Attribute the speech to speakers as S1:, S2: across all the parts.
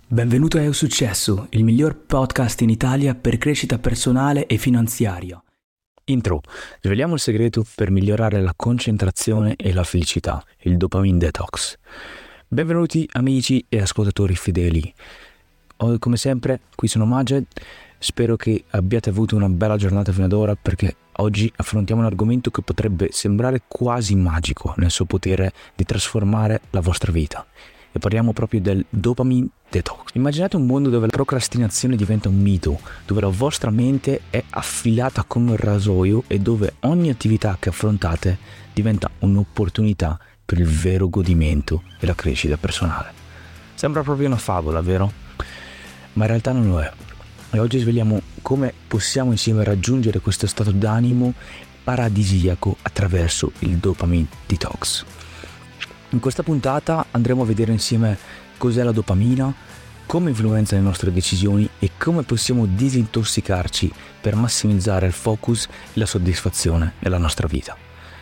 S1: Benvenuto a Eu Successo, il miglior podcast in Italia per crescita personale e finanziaria.
S2: Intro. Sveliamo il segreto per migliorare la concentrazione e la felicità, il dopamine detox. Benvenuti amici e ascoltatori fedeli. Come sempre, qui sono Majed. Spero che abbiate avuto una bella giornata fino ad ora, perché oggi affrontiamo un argomento che potrebbe sembrare quasi magico nel suo potere di trasformare la vostra vita. E parliamo proprio del dopamine detox. Immaginate un mondo dove la procrastinazione diventa un mito, dove la vostra mente è affilata come un rasoio e dove ogni attività che affrontate diventa un'opportunità per il vero godimento e la crescita personale. Sembra proprio una favola, vero? Ma in realtà non lo è. E oggi sveliamo come possiamo insieme raggiungere questo stato d'animo paradisiaco attraverso il dopamine detox. In questa puntata andremo a vedere insieme cos'è la dopamina, come influenza le nostre decisioni e come possiamo disintossicarci per massimizzare il focus e la soddisfazione nella nostra vita.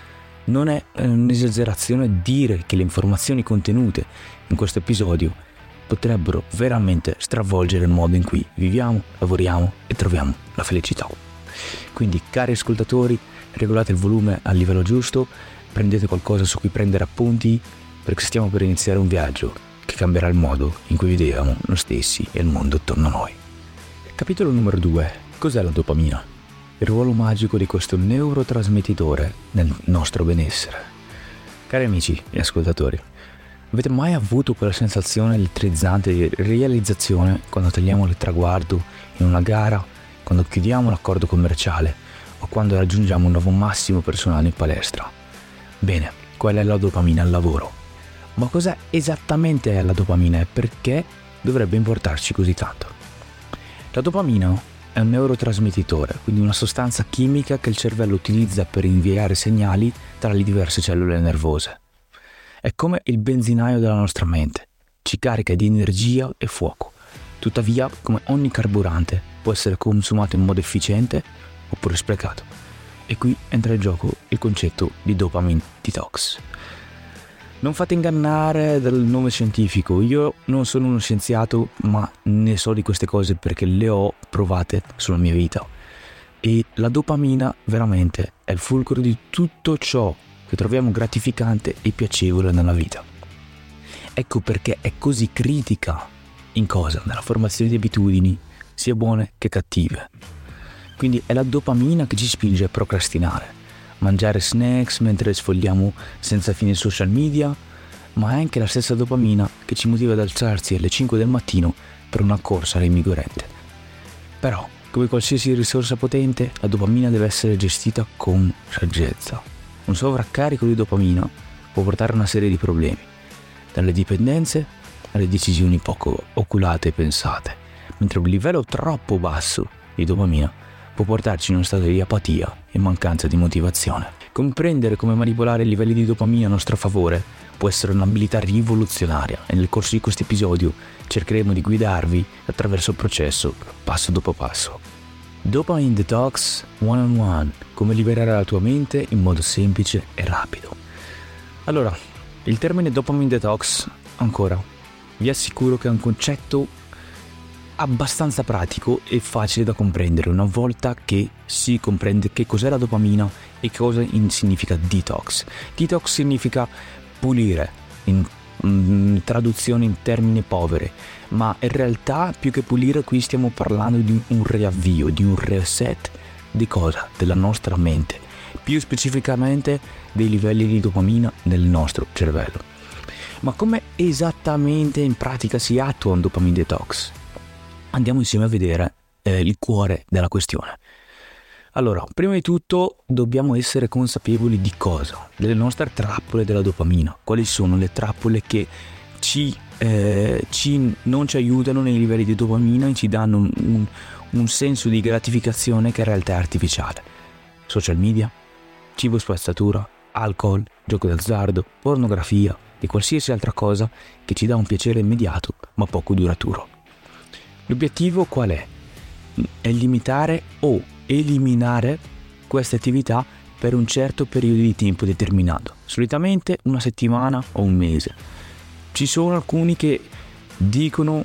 S2: Non è un'esagerazione dire che le informazioni contenute in questo episodio potrebbero veramente stravolgere il modo in cui viviamo, lavoriamo e troviamo la felicità. Quindi, cari ascoltatori, regolate il volume al livello giusto, prendete qualcosa su cui prendere appunti, perché stiamo per iniziare un viaggio che cambierà il modo in cui viviamo noi stessi e il mondo attorno a noi. Capitolo numero 2. Cos'è la dopamina? Il ruolo magico di questo neurotrasmettitore nel nostro benessere. Cari amici e ascoltatori, avete mai avuto quella sensazione elettrizzante di realizzazione quando tagliamo il traguardo in una gara, quando chiudiamo l'accordo commerciale o quando raggiungiamo un nuovo massimo personale in palestra? Bene, quella è la dopamina al lavoro. Ma cos'è esattamente la dopamina e perché dovrebbe importarci così tanto? La dopamina è un neurotrasmettitore, quindi una sostanza chimica che il cervello utilizza per inviare segnali tra le diverse cellule nervose. È come il benzinaio della nostra mente, ci carica di energia e fuoco. Tuttavia, come ogni carburante, può essere consumato in modo efficiente oppure sprecato. E qui entra in gioco il concetto di dopamine detox. Non fate ingannare dal nome scientifico, io non sono uno scienziato, ma ne so di queste cose perché le ho provate sulla mia vita. E la dopamina veramente è il fulcro di tutto ciò che troviamo gratificante e piacevole nella vita. Ecco perché è così critica in cosa? Nella formazione di abitudini, sia buone che cattive. Quindi è la dopamina che ci spinge a procrastinare, mangiare snacks mentre sfogliamo senza fine social media, ma è anche la stessa dopamina che ci motiva ad alzarsi alle 5 del mattino per una corsa rinvigorente. Però, come qualsiasi risorsa potente, la dopamina deve essere gestita con saggezza. Un sovraccarico di dopamina può portare a una serie di problemi, dalle dipendenze alle decisioni poco oculate e pensate, mentre un livello troppo basso di dopamina può portarci in uno stato di apatia e mancanza di motivazione. Comprendere come manipolare i livelli di dopamina a nostro favore può essere un'abilità rivoluzionaria e nel corso di questo episodio cercheremo di guidarvi attraverso il processo passo dopo passo. Dopamine Detox One-on-One, come liberare la tua mente in modo semplice e rapido. Allora, il termine Dopamine Detox, ancora, vi assicuro che è un concetto abbastanza pratico e facile da comprendere una volta che si comprende che cos'è la dopamina e cosa significa detox. Detox significa pulire, in traduzione in termini povere, ma in realtà più che pulire qui stiamo parlando di un riavvio, di un reset di cosa? Della nostra mente, più specificamente dei livelli di dopamina nel nostro cervello. Ma come esattamente in pratica si attua un dopamine detox? Andiamo insieme a vedere il cuore della questione. Allora, prima di tutto dobbiamo essere consapevoli di cosa? Delle nostre trappole della dopamina. Quali sono le trappole che non ci aiutano nei livelli di dopamina e ci danno un senso di gratificazione che in realtà è artificiale? Social media, cibo spazzatura, alcol, gioco d'azzardo, pornografia e qualsiasi altra cosa che ci dà un piacere immediato ma poco duraturo. L'obiettivo qual è? È limitare o eliminare queste attività per un certo periodo di tempo determinato, solitamente una settimana o un mese. Ci sono alcuni che dicono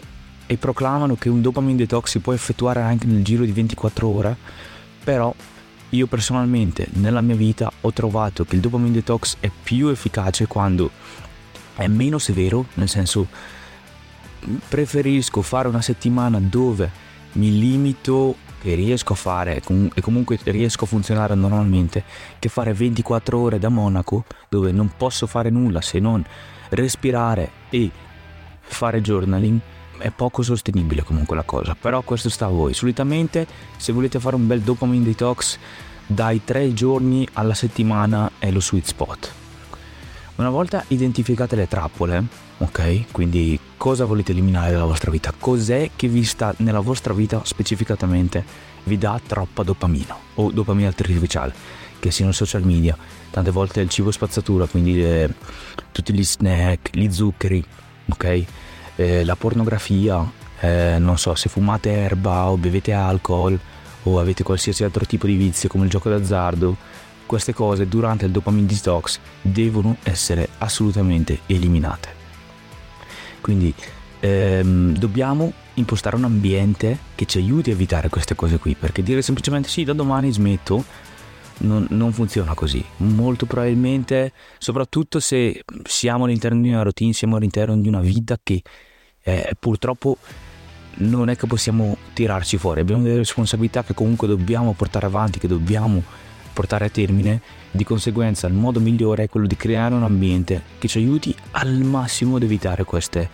S2: e proclamano che un dopamine detox si può effettuare anche nel giro di 24 ore, però io personalmente nella mia vita ho trovato che il dopamine detox è più efficace quando è meno severo, nel senso preferisco fare una settimana dove mi limito, che riesco a fare e comunque riesco a funzionare normalmente, che fare 24 ore da monaco dove non posso fare nulla se non respirare e fare journaling. È poco sostenibile comunque la cosa, però questo sta a voi. Solitamente se volete fare un bel dopamine detox, dai 3 giorni alla settimana è lo sweet spot. Una volta identificate le trappole, ok? Quindi cosa volete eliminare dalla vostra vita? Cos'è che vi sta nella vostra vita specificatamente vi dà troppa dopamina o dopamina artificiale, che siano social media, tante volte il cibo spazzatura, quindi tutti gli snack, gli zuccheri, ok? La pornografia, non so, se fumate erba o bevete alcol o avete qualsiasi altro tipo di vizio come il gioco d'azzardo, queste cose durante il dopamine detox devono essere assolutamente eliminate. Quindi dobbiamo impostare un ambiente che ci aiuti a evitare queste cose qui, perché dire semplicemente sì, da domani smetto non funziona così. Molto probabilmente, soprattutto se siamo all'interno di una routine, siamo all'interno di una vita che purtroppo non è che possiamo tirarci fuori, abbiamo delle responsabilità che comunque dobbiamo portare avanti, che dobbiamo portare a termine. Di conseguenza il modo migliore è quello di creare un ambiente che ci aiuti al massimo ad evitare queste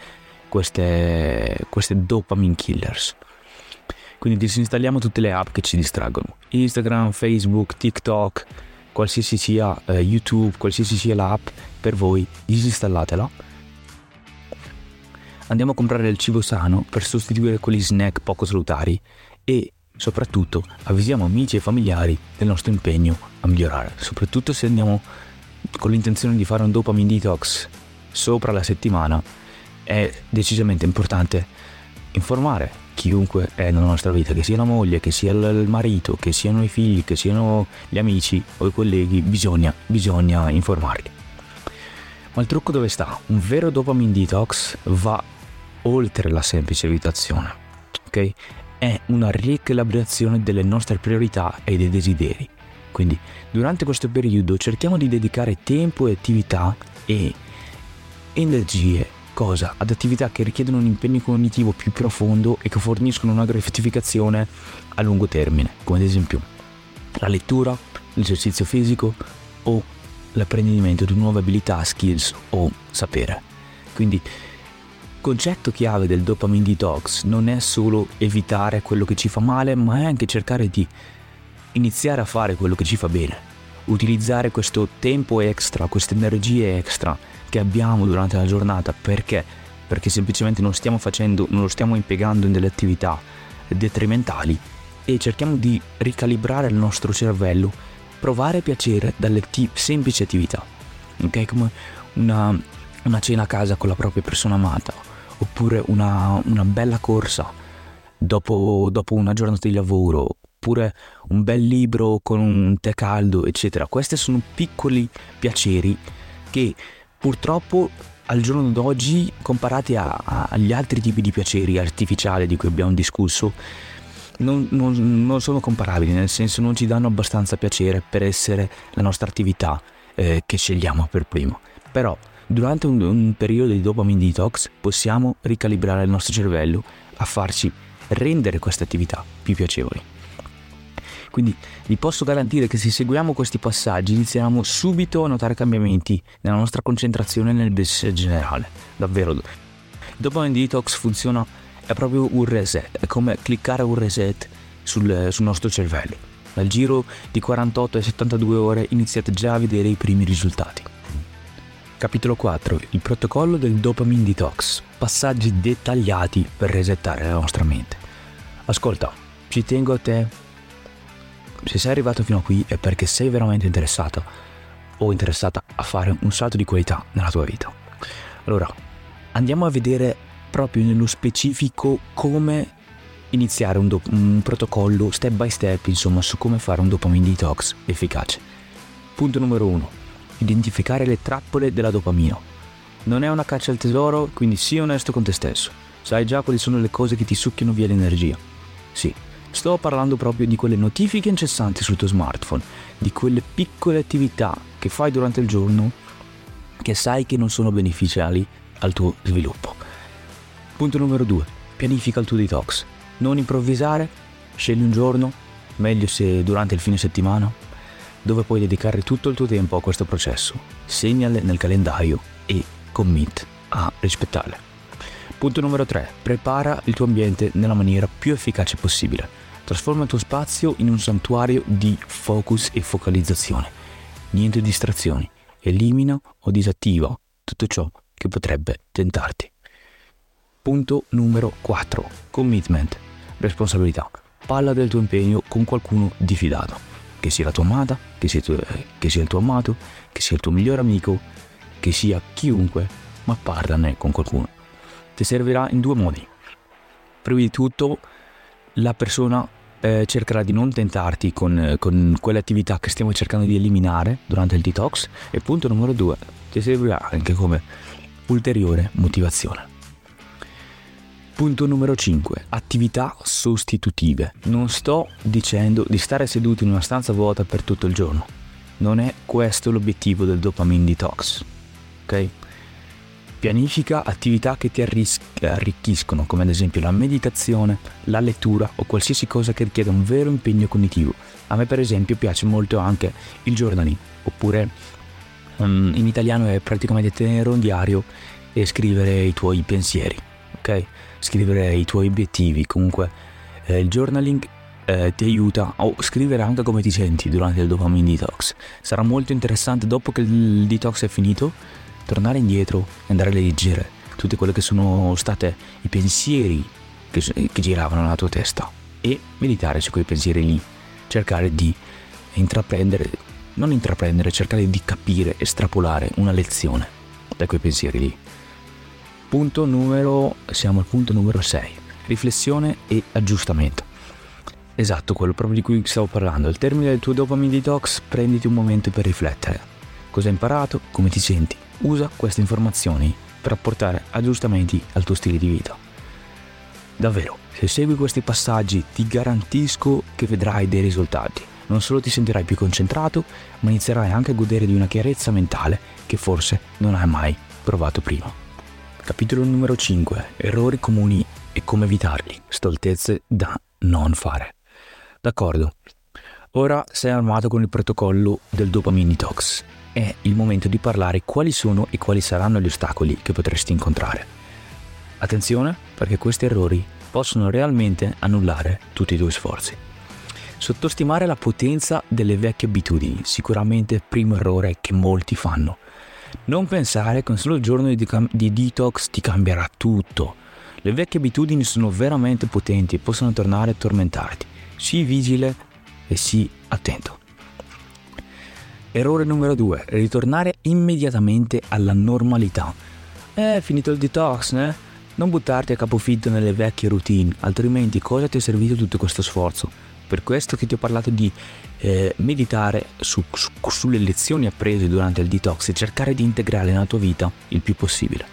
S2: dopamine killers. Quindi disinstalliamo tutte le app che ci distraggono: Instagram, Facebook, TikTok, qualsiasi sia YouTube, qualsiasi sia l'app per voi, disinstallatela. Andiamo a comprare il cibo sano per sostituire quegli snack poco salutari e soprattutto avvisiamo amici e familiari del nostro impegno a migliorare, soprattutto se andiamo con l'intenzione di fare un dopamine detox sopra la settimana. È decisamente importante informare chiunque è nella nostra vita, che sia la moglie, che sia il marito, che siano i figli, che siano gli amici o i colleghi. Bisogna informarli. Ma il trucco dove sta? Un vero dopamine detox va oltre la semplice evitazione, ok? È una ricalibrazione delle nostre priorità e dei desideri. Quindi durante questo periodo cerchiamo di dedicare tempo e attività e energie ad attività che richiedono un impegno cognitivo più profondo e che forniscono una gratificazione a lungo termine, come ad esempio la lettura, l'esercizio fisico o l'apprendimento di nuove abilità, skills o sapere. Quindi concetto chiave del dopamine detox non è solo evitare quello che ci fa male, ma è anche cercare di iniziare a fare quello che ci fa bene, utilizzare questo tempo extra, queste energie extra che abbiamo durante la giornata. Perché semplicemente non lo stiamo impiegando in delle attività detrimentali, e cerchiamo di ricalibrare il nostro cervello, provare piacere dalle semplici attività, ok? Come una cena a casa con la propria persona amata, oppure una bella corsa dopo una giornata di lavoro, oppure un bel libro con un tè caldo, eccetera. Questi sono piccoli piaceri che purtroppo al giorno d'oggi, comparati agli altri tipi di piaceri artificiali di cui abbiamo discusso, non sono comparabili, nel senso non ci danno abbastanza piacere per essere la nostra attività che scegliamo per primo. Però durante un periodo di dopamine detox possiamo ricalibrare il nostro cervello a farci rendere queste attività più piacevoli. Quindi vi posso garantire che se seguiamo questi passaggi inizieremo subito a notare cambiamenti nella nostra concentrazione e nel benessere generale. Davvero. Il dopamine detox funziona, è proprio un reset, è come cliccare un reset sul nostro cervello. Dal giro di 48 e 72 ore iniziate già a vedere i primi risultati. Capitolo 4. Il protocollo del dopamine detox. Passaggi dettagliati per resettare la nostra mente. Ascolta, ci tengo a te. Se sei arrivato fino a qui è perché sei veramente interessato o interessata a fare un salto di qualità nella tua vita. Allora, andiamo a vedere proprio nello specifico come iniziare un protocollo step by step, insomma, su come fare un dopamine detox efficace. Punto numero 1. Identificare le trappole della dopamina. Non è una caccia al tesoro, quindi sii onesto con te stesso. Sai già quali sono le cose che ti succhiano via l'energia? Sì, sto parlando proprio di quelle notifiche incessanti sul tuo smartphone, di quelle piccole attività che fai durante il giorno che sai che non sono beneficiali al tuo sviluppo. Punto numero 2. Pianifica il tuo detox. Non improvvisare, scegli un giorno, meglio se durante il fine settimana, dove puoi dedicare tutto il tuo tempo a questo processo. Segnale nel calendario e commit a rispettarle. Punto numero 3. Prepara il tuo ambiente nella maniera più efficace possibile. Trasforma il tuo spazio in un santuario di focus e focalizzazione. Niente distrazioni. Elimina o disattiva tutto ciò che potrebbe tentarti. Punto numero 4. Commitment. Responsabilità. Parla del tuo impegno con qualcuno di fidato. Che sia la tua amata, che sia il tuo amato, che sia il tuo migliore amico, che sia chiunque, ma parlane con qualcuno. Ti servirà in 2 modi. Prima di tutto, la persona cercherà di non tentarti con quelle attività che stiamo cercando di eliminare durante il detox. E punto numero 2, ti servirà anche come ulteriore motivazione. Punto numero 5. Attività sostitutive. Non sto dicendo di stare seduti in una stanza vuota per tutto il giorno. Non è questo l'obiettivo del dopamine detox. Ok? Pianifica attività che ti arricchiscono, come ad esempio la meditazione, la lettura o qualsiasi cosa che richieda un vero impegno cognitivo. A me per esempio piace molto anche il journaling, oppure in italiano è praticamente tenere un diario e scrivere i tuoi pensieri, ok? Scrivere i tuoi obiettivi. Comunque il journaling ti aiuta a scrivere anche come ti senti durante il dopamine detox. Sarà molto interessante dopo che il detox è finito tornare indietro e andare a leggere tutte quelle che sono state i pensieri che giravano nella tua testa e meditare su quei pensieri lì, cercare di cercare di capire, estrapolare una lezione da quei pensieri lì. Siamo al punto numero 6, riflessione e aggiustamento. Esatto, quello proprio di cui stavo parlando. Al termine del tuo dopamine detox, prenditi un momento per riflettere. Cosa hai imparato? Come ti senti? Usa queste informazioni per apportare aggiustamenti al tuo stile di vita. Davvero, se segui questi passaggi ti garantisco che vedrai dei risultati. Non solo ti sentirai più concentrato, ma inizierai anche a godere di una chiarezza mentale che forse non hai mai provato prima. Capitolo numero 5. Errori comuni e come evitarli. Stoltezze da non fare. D'accordo. Ora sei armato con il protocollo del dopamine detox. È il momento di parlare quali sono e quali saranno gli ostacoli che potresti incontrare. Attenzione, perché questi errori possono realmente annullare tutti i tuoi sforzi. Sottostimare la potenza delle vecchie abitudini, sicuramente il primo errore che molti fanno. Non pensare che un solo giorno di detox ti cambierà tutto. Le vecchie abitudini sono veramente potenti e possono tornare a tormentarti. Sii vigile e sii attento. Errore numero 2. Ritornare immediatamente alla normalità. Finito il detox, né? Non buttarti a capofitto nelle vecchie routine, altrimenti cosa ti è servito tutto questo sforzo? Per questo che ti ho parlato di meditare sulle lezioni apprese durante il detox e cercare di integrare nella tua vita il più possibile.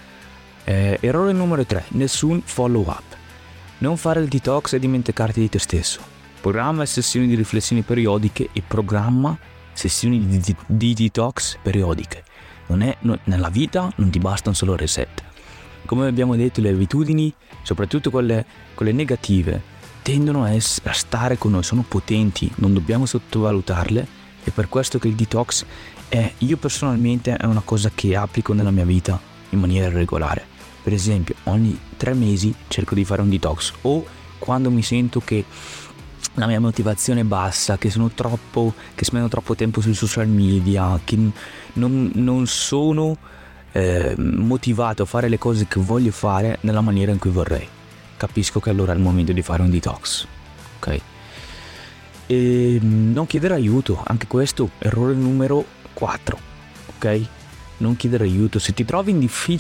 S2: Errore numero 3. Nessun follow up. Non fare il detox e dimenticarti di te stesso. Programma sessioni di riflessioni periodiche e programma sessioni di detox periodiche. Nella vita non ti basta un solo reset. Come abbiamo detto, le abitudini, soprattutto quelle negative, tendono a stare con noi, sono potenti, non dobbiamo sottovalutarle. È per questo che il detox io personalmente è una cosa che applico nella mia vita in maniera regolare. Per esempio, ogni 3 mesi cerco di fare un detox, o quando mi sento che la mia motivazione è bassa, che spendo troppo tempo sui social media, che non sono motivato a fare le cose che voglio fare nella maniera in cui vorrei. Capisco che allora è il momento di fare un detox, ok? E non chiedere aiuto, anche questo errore numero 4, ok? Non chiedere aiuto. Se ti trovi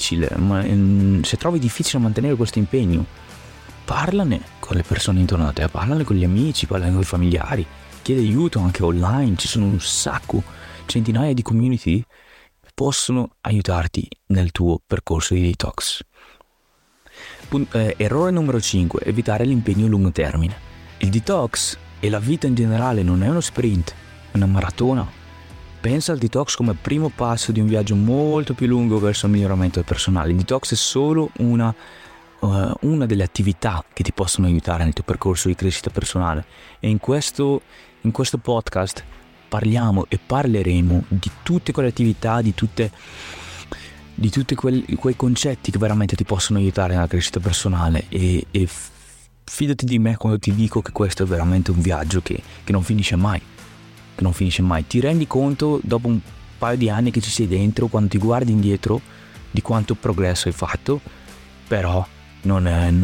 S2: se trovi difficile mantenere questo impegno, parlane con le persone intorno a te, parlane con gli amici, parlane con i familiari, chiedi aiuto anche online. Ci sono un sacco, centinaia di community che possono aiutarti nel tuo percorso di detox. Errore numero 5, evitare l'impegno a lungo termine. Il detox e la vita in generale non è uno sprint, è una maratona. Pensa al detox come primo passo di un viaggio molto più lungo verso il miglioramento personale. Il detox è solo una delle attività che ti possono aiutare nel tuo percorso di crescita personale, e in questo podcast parliamo e parleremo di tutte quelle attività, di tutti quei concetti che veramente ti possono aiutare nella crescita personale, e fidati di me quando ti dico che questo è veramente un viaggio che non finisce mai, Ti rendi conto dopo un paio di anni che ci sei dentro, quando ti guardi indietro, di quanto progresso hai fatto, però non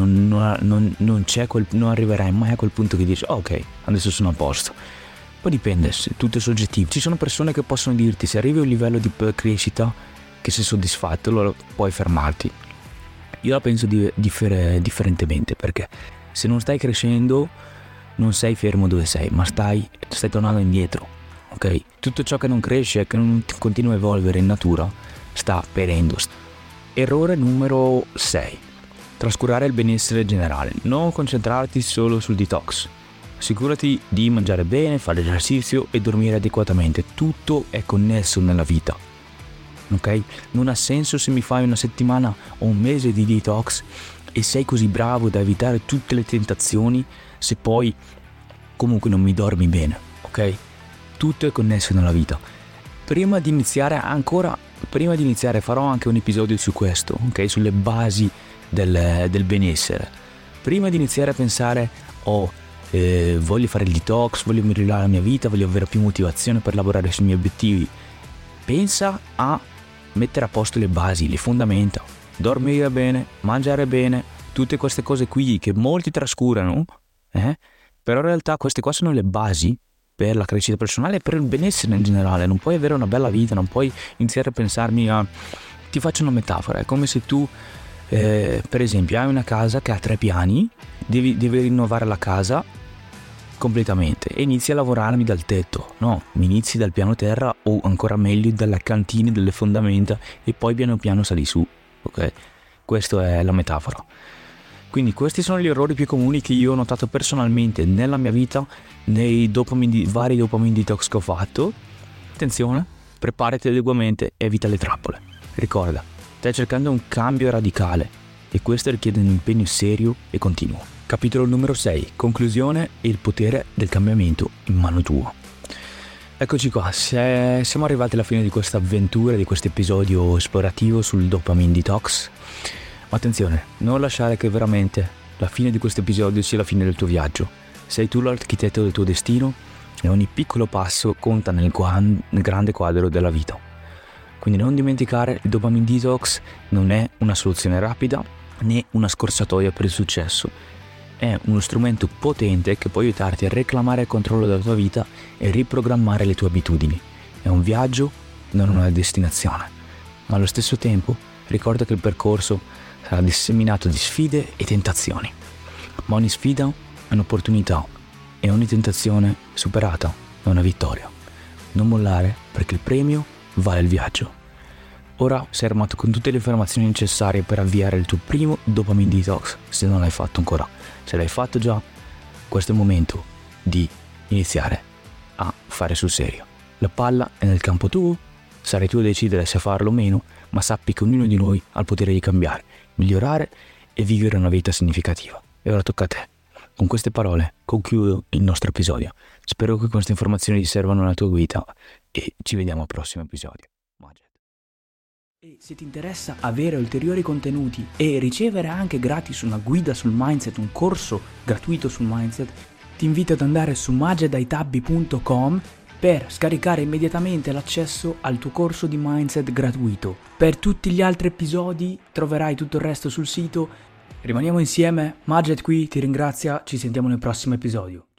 S2: arriverai mai a quel punto che dici ok, adesso sono a posto. Poi dipende, tutto è soggettivo. Ci sono persone che possono dirti, se arrivi a un livello di crescita che sei soddisfatto, allora puoi fermarti. Io la penso differentemente, perché se non stai crescendo non sei fermo dove sei, ma stai tornando indietro, ok? Tutto ciò che non cresce, che non continua a evolvere in natura, sta perendo. Errore numero 6: trascurare il benessere generale. Non concentrarti solo sul detox. Assicurati di mangiare bene, fare esercizio e dormire adeguatamente. Tutto è connesso nella vita, ok? Non ha senso se mi fai una settimana o un mese di detox e sei così bravo da evitare tutte le tentazioni, se poi comunque non mi dormi bene, ok? Tutto è connesso nella vita. Prima di iniziare farò anche un episodio su questo, ok? Sulle basi del benessere. Prima di iniziare a pensare voglio fare il detox, voglio migliorare la mia vita, voglio avere più motivazione per lavorare sui miei obiettivi, pensa a mettere a posto le basi, le fondamenta. Dormire bene, mangiare bene, tutte queste cose qui che molti trascurano, però in realtà queste qua sono le basi per la crescita personale e per il benessere in generale. Non puoi avere una bella vita, non puoi iniziare a pensarmi ti faccio una metafora, è come se tu per esempio hai una casa che ha 3 piani, devi rinnovare la casa completamente e inizi a lavorarmi dal tetto. No, mi inizi dal piano terra, o ancora meglio dalle cantine, dalle fondamenta, e poi piano piano sali su, ok? Questa è la metafora. Quindi questi sono gli errori più comuni che io ho notato personalmente nella mia vita, nei vari dopamine detox che ho fatto. Attenzione, preparati adeguatamente, evita le trappole. Ricorda, stai cercando un cambio radicale e questo richiede un impegno serio e continuo. Capitolo numero 6, conclusione e il potere del cambiamento in mano tua. Eccoci qua, siamo arrivati alla fine di questa avventura, di questo episodio esplorativo sul dopamine detox. Ma attenzione, non lasciare che veramente la fine di questo episodio sia la fine del tuo viaggio. Sei tu l'architetto del tuo destino e ogni piccolo passo conta nel grande quadro della vita. Quindi non dimenticare, il dopamine detox non è una soluzione rapida né una scorciatoia per il successo. È uno strumento potente che può aiutarti a reclamare il controllo della tua vita e riprogrammare le tue abitudini. È un viaggio, non una destinazione. Ma allo stesso tempo ricorda che il percorso sarà disseminato di sfide e tentazioni. Ma ogni sfida è un'opportunità e ogni tentazione superata è una vittoria. Non mollare, perché il premio vale il viaggio. Ora sei armato con tutte le informazioni necessarie per avviare il tuo primo dopamine detox, se non l'hai fatto ancora. Se l'hai fatto già, questo è il momento di iniziare a fare sul serio. La palla è nel campo tuo, sarai tu a decidere se farlo o meno, ma sappi che ognuno di noi ha il potere di cambiare, migliorare e vivere una vita significativa. E ora tocca a te. Con queste parole concludo il nostro episodio. Spero che queste informazioni ti servano alla tua guida e ci vediamo al prossimo episodio.
S1: E se ti interessa avere ulteriori contenuti e ricevere anche gratis una guida sul mindset, un corso gratuito sul mindset, ti invito ad andare su mageddaitabbi.com per scaricare immediatamente l'accesso al tuo corso di mindset gratuito. Per tutti gli altri episodi troverai tutto il resto sul sito. Rimaniamo insieme, Majed qui ti ringrazia, ci sentiamo nel prossimo episodio.